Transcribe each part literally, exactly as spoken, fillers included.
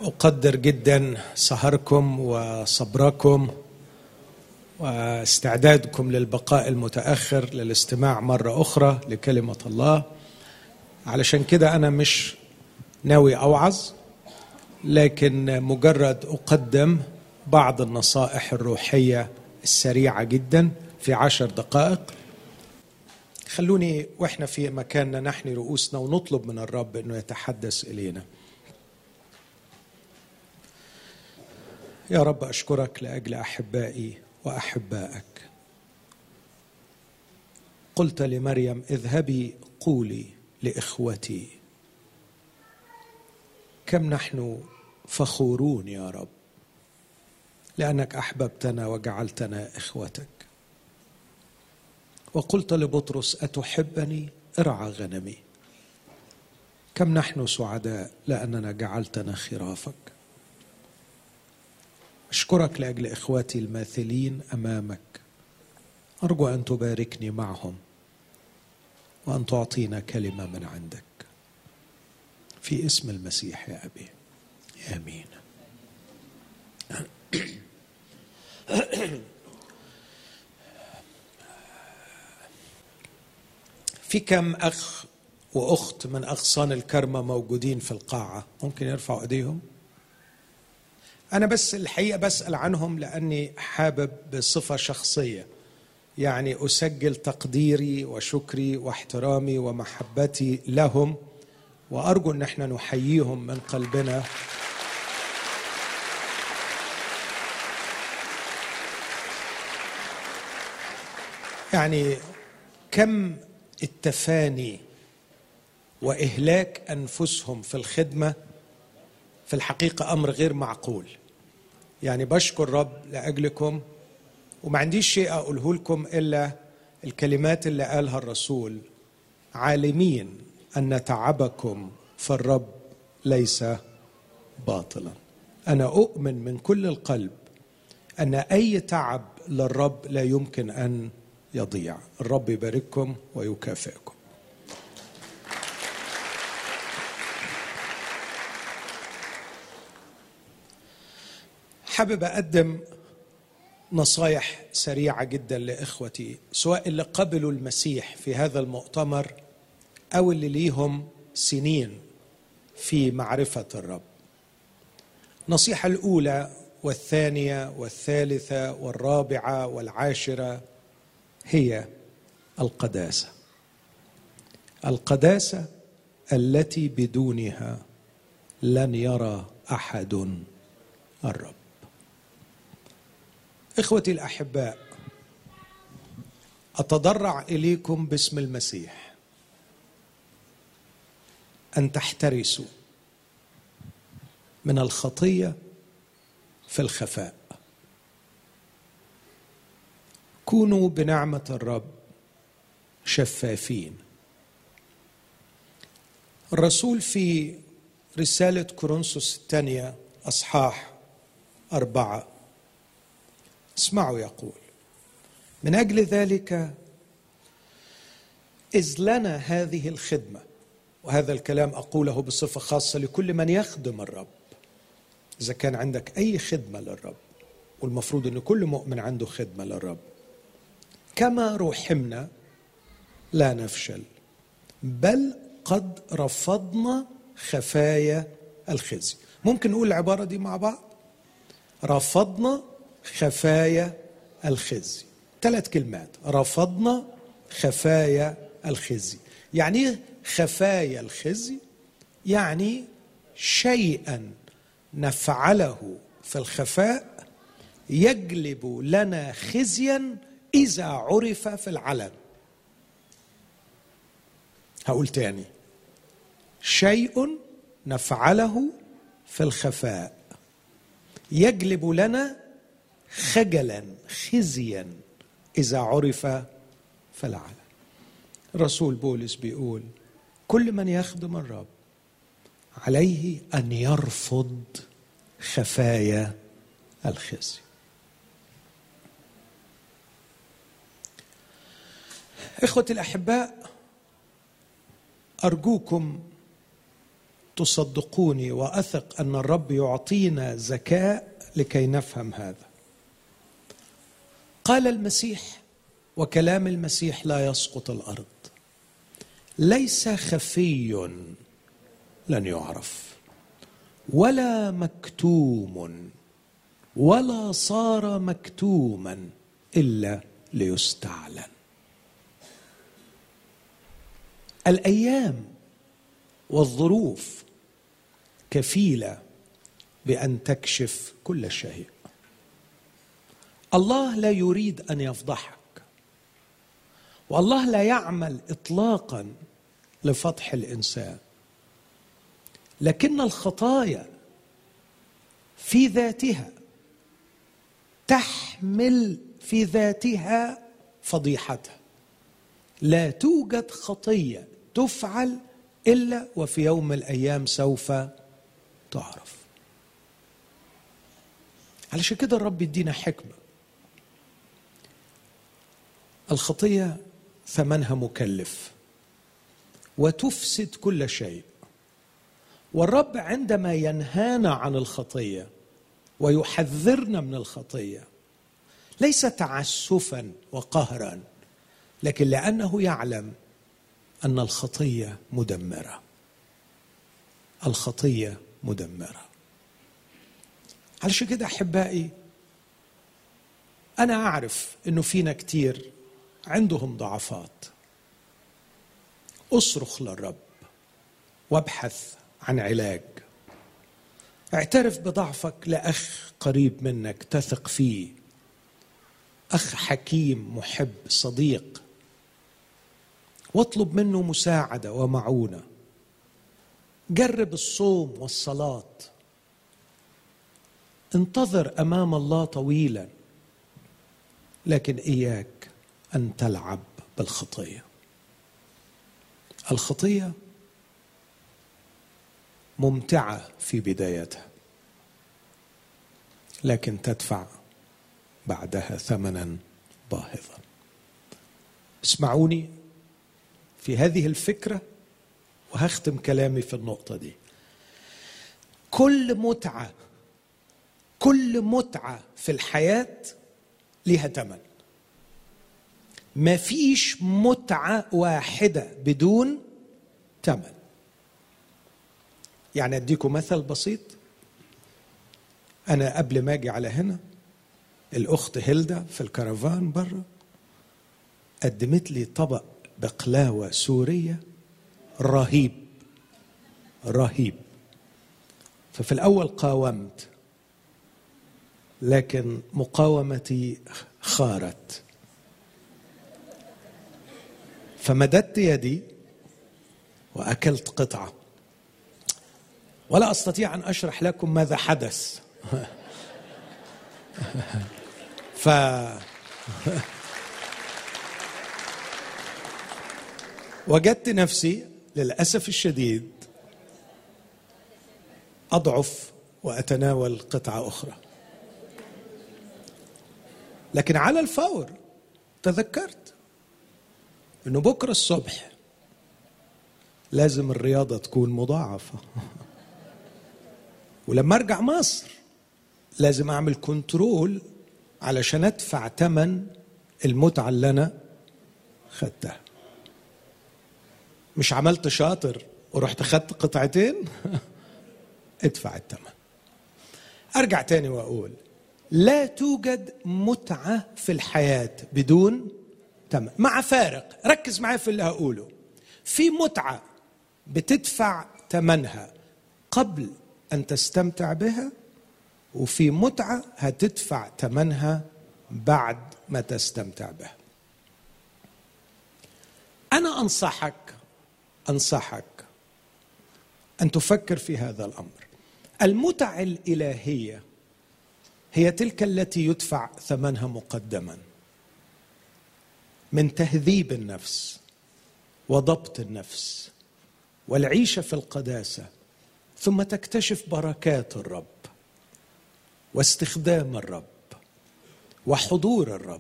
أقدر جدا سهركم وصبركم واستعدادكم للبقاء المتأخر للاستماع مرة أخرى لكلمة الله. علشان كده أنا مش ناوي أوعظ، لكن مجرد أقدم بعض النصائح الروحية السريعة جدا في عشر دقائق. خلوني وإحنا في مكاننا نحني رؤوسنا ونطلب من الرب أنه يتحدث إلينا. يا رب أشكرك لأجل أحبائي وأحبائك. قلت لمريم اذهبي قولي لإخوتي. كم نحن فخورون يا رب لأنك أحببتنا وجعلتنا إخوتك. وقلت لبطرس أتحبني؟ ارعى غنمي. كم نحن سعداء لأننا جعلتنا خرافك. أشكرك لأجل إخواتي الماثلين أمامك. أرجو أن تباركني معهم وأن تعطينا كلمة من عندك في اسم المسيح يا أبي، آمين. في كم أخ وأخت من أغصان الكرمة موجودين في القاعة؟ ممكن يرفعوا أيديهم؟ أنا بس الحقيقة بسأل عنهم لأني حابب بصفة شخصية يعني أسجل تقديري وشكري واحترامي ومحبتي لهم، وأرجو أن احنا نحييهم من قلبنا. يعني كم التفاني وإهلاك أنفسهم في الخدمة في الحقيقة أمر غير معقول. يعني بشكر رب لأجلكم، وما عنديش شيء أقوله لكم إلا الكلمات اللي قالها الرسول: عالمين أن تعبكم في الرب ليس باطلا. أنا أؤمن من كل القلب أن أي تعب للرب لا يمكن أن يضيع. الرب يبارككم ويكافئكم. حابب أقدم نصايح سريعة جدا لإخوتي، سواء اللي قبلوا المسيح في هذا المؤتمر أو اللي ليهم سنين في معرفة الرب. النصيحة الأولى والثانية والثالثة والرابعة والعاشرة هي القداسة. القداسة التي بدونها لن يرى أحد الرب. إخوتي الأحباء، أتضرع إليكم باسم المسيح أن تحترسوا من الخطية في الخفاء. كونوا بنعمة الرب شفافين. الرسول في رسالة كورنثوس الثانية أصحاح أربعة اسمعوا يقول: من أجل ذلك إذ لنا هذه الخدمة، وهذا الكلام أقوله بصفة خاصة لكل من يخدم الرب. إذا كان عندك أي خدمة للرب، والمفروض أن كل مؤمن عنده خدمة للرب، كما رحمنا لا نفشل، بل قد رفضنا خفايا الخزي. ممكن نقول العبارة دي مع بعض؟ رفضنا خفايا الخزي. ثلاث كلمات: رفضنا خفايا الخزي. يعني ايه خفايا الخزي؟ يعني شيئا نفعله في الخفاء يجلب لنا خزيا إذا عرف في العلن. هقول تاني: شيء نفعله في الخفاء يجلب لنا خجلا خزيا إذا عرف في العلن. الرسول بولس بيقول: كل من يخدم الرب عليه أن يرفض خفايا الخزي. إخوتي الأحباء، أرجوكم تصدقوني وأثق أن الرب يعطينا ذكاء لكي نفهم هذا. قال المسيح، وكلام المسيح لا يسقط الأرض، ليس خفي لن يعرف، ولا مكتوم، ولا صار مكتوما إلا ليستعلن. الأيام والظروف كفيلة بأن تكشف كل شيء. الله لا يريد أن يفضحك، والله لا يعمل إطلاقا لفضح الإنسان، لكن الخطايا في ذاتها تحمل في ذاتها فضيحتها. لا توجد خطية تفعل إلا وفي يوم من الأيام سوف تعرف. علشان كده الرب يدينا حكمة. الخطية ثمنها مكلف وتفسد كل شيء، والرب عندما ينهانا عن الخطية ويحذرنا من الخطية ليس تعسفا وقهرا، لكن لأنه يعلم أن الخطية مدمرة. الخطية مدمرة. علشان كده أحبائي، أنا أعرف أنه فينا كتير عندهم ضعفات. أصرخ للرب وابحث عن علاج. اعترف بضعفك لأخ قريب منك تثق فيه، أخ حكيم محب صديق، واطلب منه مساعدة ومعونة. جرب الصوم والصلاة. انتظر أمام الله طويلا، لكن إياك أن تلعب بالخطية. الخطية ممتعة في بدايتها، لكن تدفع بعدها ثمنا باهظا. اسمعوني في هذه الفكرة، وهختم كلامي في النقطة دي. كل متعة كل متعة في الحياة لها ثمن. ما فيش متعة واحدة بدون ثمن. يعني أديكم مثل بسيط. أنا قبل ما أجي على هنا، الأخت هيلدا في الكرفان برا قدمت لي طبق بقلاوة سورية رهيب رهيب. ففي الأول قاومت، لكن مقاومتي خارت، فمددت يدي وأكلت قطعة، ولا أستطيع أن أشرح لكم ماذا حدث. ف وجدت نفسي للأسف الشديد أضعف وأتناول قطعة أخرى. لكن على الفور تذكرت إنه بكرة الصبح لازم الرياضة تكون مضاعفة، ولما أرجع مصر لازم أعمل كنترول علشان أدفع ثمن المتعة اللي أنا خدتها. مش عملت شاطر ورحت خدت قطعتين. ادفع الثمن. أرجع تاني وأقول لا توجد متعة في الحياة بدون ثمن، مع فارق. ركز معايا في اللي هقوله. في متعة بتدفع ثمنها قبل أن تستمتع بها، وفي متعة هتدفع ثمنها بعد ما تستمتع بها. أنا أنصحك أنصحك أن تفكر في هذا الأمر. المتع الإلهية هي تلك التي يدفع ثمنها مقدما، من تهذيب النفس وضبط النفس والعيشة في القداسة، ثم تكتشف بركات الرب واستخدام الرب وحضور الرب،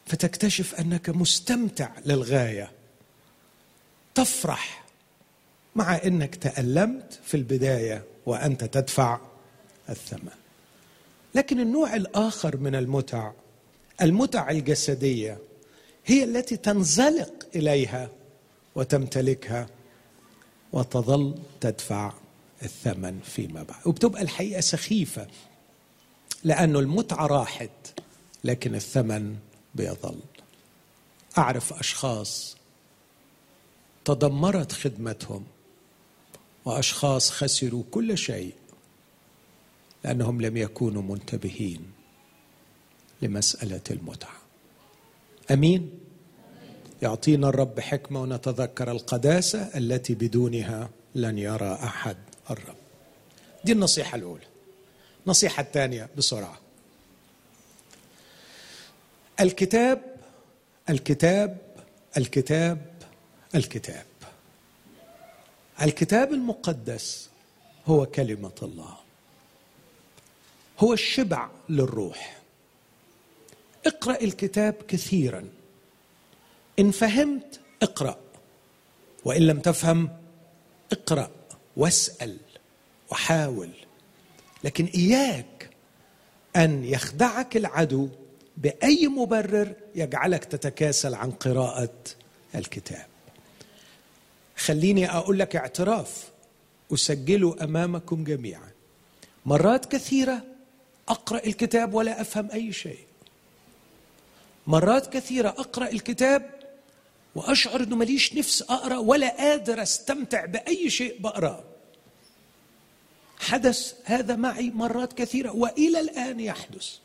فتكتشف أنك مستمتع للغاية، تفرح مع أنك تألمت في البداية وأنت تدفع الثمن. لكن النوع الآخر من المتع، المتع الجسدية، هي التي تنزلق إليها وتمتلكها وتظل تدفع الثمن فيما بعد، وبتبقى الحقيقة سخيفة لأنه المتعة راحت لكن الثمن بيظل. أعرف أشخاص تدمرت خدمتهم وأشخاص خسروا كل شيء لأنهم لم يكونوا منتبهين لمسألة المتعة. أمين؟ يعطينا الرب حكمة ونتذكر القداسة التي بدونها لن يرى أحد الرب. دي النصيحة الأولى. النصيحة الثانية بسرعة. الكتاب الكتاب الكتاب الكتاب الكتاب المقدس هو كلمة الله، هو الشبع للروح. اقرأ الكتاب كثيرا، إن فهمت اقرأ، وإن لم تفهم اقرأ واسأل وحاول. لكن إياك أن يخدعك العدو بأي مبرر يجعلك تتكاسل عن قراءة الكتاب. خليني أقول لك اعتراف أسجله أمامكم جميعا. مرات كثيرة أقرأ الكتاب ولا أفهم أي شيء. مرات كثيرة أقرأ الكتاب وأشعر أنه مليش نفس أقرأ ولا قادر أستمتع بأي شيء بقرأ. حدث هذا معي مرات كثيرة وإلى الآن يحدث.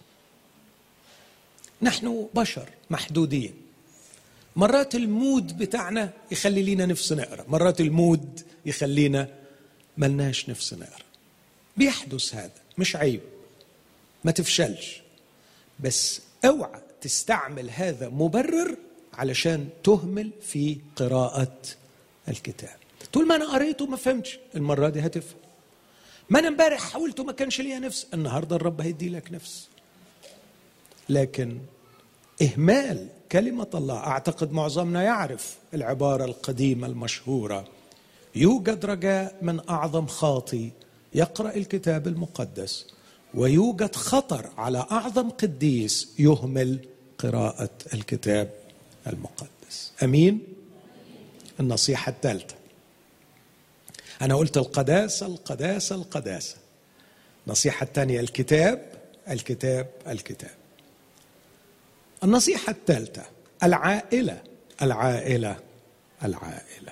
نحن بشر محدودين. مرات المود بتاعنا يخلي لينا نفس نقرأ، مرات المود يخلينا ملناش نفس نقرأ. بيحدث هذا، مش عيب، ما تفشلش، بس اوعى تستعمل هذا مبرر علشان تهمل في قراءة الكتاب. طول ما أنا قريته ما فهمتش، المرة دي هتفهم. ما أنا امبارح حاولته ما كانش ليا نفس، النهاردة الرب هيدي لك نفس. لكن إهمال كلمة الله، أعتقد معظمنا يعرف العبارة القديمة المشهورة: يوجد رجاء من أعظم خاطي يقرأ الكتاب المقدس، ويوجد خطر على أعظم قديس يهمل قراءة الكتاب المقدس. أمين؟ النصيحة الثالثة، أنا قلت القداسة القداسة القداسة. النصيحة الثانية الكتاب الكتاب الكتاب. النصيحة الثالثة العائلة العائلة العائلة.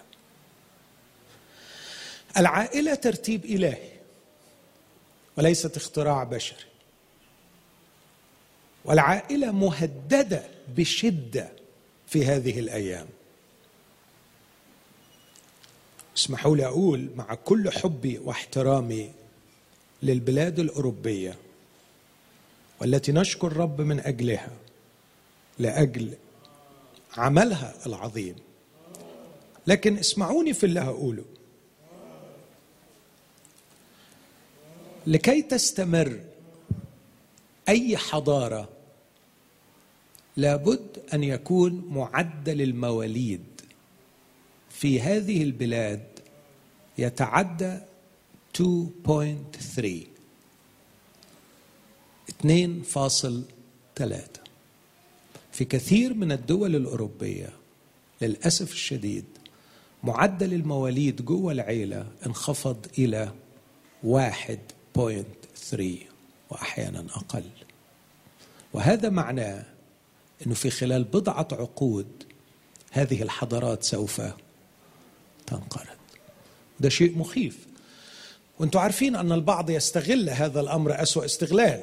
العائلة ترتيب إلهي وليست اختراع بشري، والعائلة مهددة بشدة في هذه الأيام. اسمحوا لي أقول مع كل حبي واحترامي للبلاد الأوروبية والتي نشكر الرب من أجلها، لأجل عملها العظيم، لكن اسمعوني في اللي هقوله. لكي تستمر أي حضارة لابد أن يكون معدل المواليد في هذه البلاد يتعدى اثنين فاصلة ثلاثة. في كثير من الدول الأوروبية للأسف الشديد معدل المواليد جوه العيلة انخفض إلى واحد فاصلة ثلاثة وأحيانا أقل. وهذا معناه أنه في خلال بضعة عقود هذه الحضارات سوف تنقرض. ده شيء مخيف، وانتم عارفين أن البعض يستغل هذا الأمر أسوأ استغلال.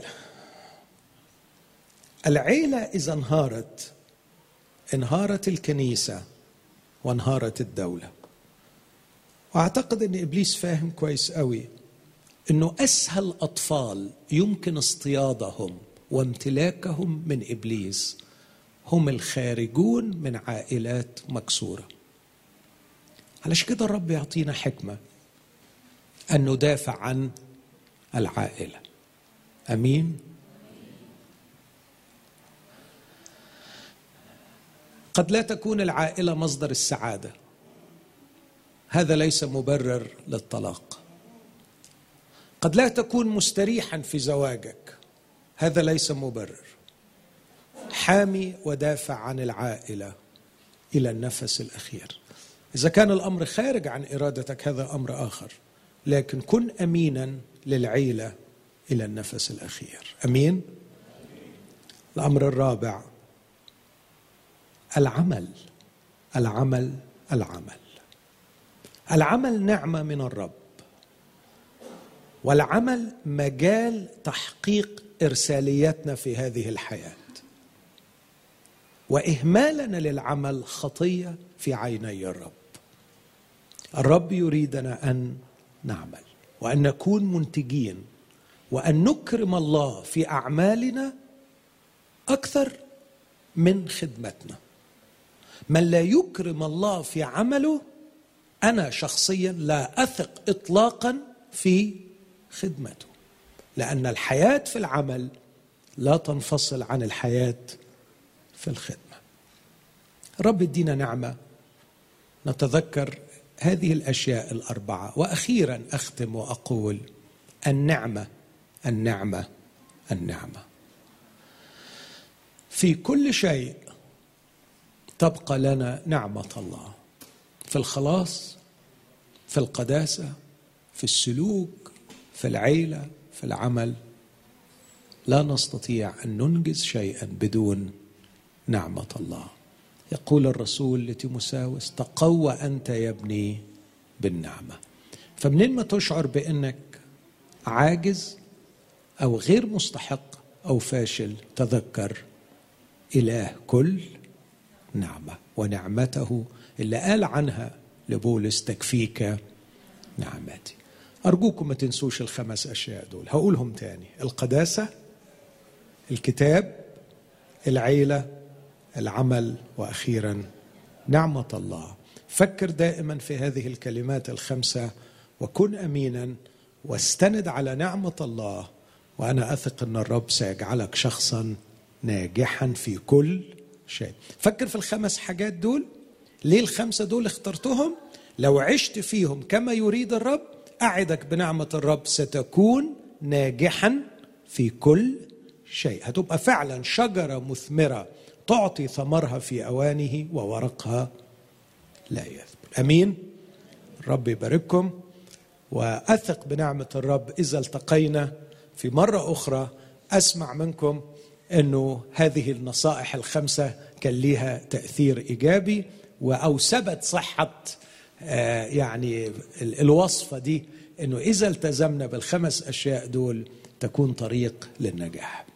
العيلة إذا انهارت انهارت الكنيسة وانهارت الدولة. وأعتقد أن إبليس فاهم كويس قوي أنه أسهل أطفال يمكن اصطيادهم وامتلاكهم من إبليس هم الخارجون من عائلات مكسورة. علشان كده الرب يعطينا حكمة أن ندافع عن العائلة. أمين؟ قد لا تكون العائلة مصدر السعادة، هذا ليس مبرر للطلاق. قد لا تكون مستريحا في زواجك، هذا ليس مبرر. حامي ودافع عن العائلة إلى النفس الأخير. إذا كان الأمر خارج عن إرادتك هذا أمر آخر، لكن كن أمينا للعيلة إلى النفس الأخير. أمين. الأمر الرابع، العمل العمل العمل العمل نعمة من الرب، والعمل مجال تحقيق إرساليتنا في هذه الحياة، وإهمالنا للعمل خطية في عيني الرب. الرب يريدنا أن نعمل وأن نكون منتجين وأن نكرم الله في أعمالنا أكثر من خدمتنا. من لا يكرم الله في عمله، أنا شخصيا لا أثق إطلاقا في خدمته، لأن الحياة في العمل لا تنفصل عن الحياة في الخدمة. رب يدينا نعمة نتذكر هذه الأشياء الأربعة. وأخيرا أختم وأقول النعمة النعمة النعمة في كل شيء. تبقى لنا نعمة الله في الخلاص، في القداسة، في السلوك، في العيلة، في العمل. لا نستطيع أن ننجز شيئا بدون نعمة الله. يقول الرسول لتيموثاوس: تقوى أنت يا ابني بالنعمة. فمنين ما تشعر بأنك عاجز أو غير مستحق أو فاشل، تذكر إله كل نعمة، ونعمته اللي قال عنها لبولس: تكفيك نعمتي. أرجوكم ما تنسوش الخمس أشياء دول، هقولهم تاني: القداسة، الكتاب، العيلة، العمل، وأخيرا نعمة الله. فكر دائما في هذه الكلمات الخمسة وكن أمينا واستند على نعمة الله، وأنا أثق أن الرب سيجعلك شخصا ناجحا في كل شيء. فكر في الخمس حاجات دول. ليه الخمسة دول اخترتهم؟ لو عشت فيهم كما يريد الرب، أعدك بنعمة الرب ستكون ناجحا في كل شيء. هتبقى فعلا شجرة مثمرة تعطي ثمرها في أوانه وورقها لا يذبل. أمين. الرب يبارككم، وأثق بنعمة الرب إذا التقينا في مرة أخرى أسمع منكم أنه هذه النصائح الخمسة كان لها تأثير إيجابي، أو ثبت صحة يعني الوصفة دي، أنه إذا التزمنا بالخمس أشياء دول تكون طريق للنجاح.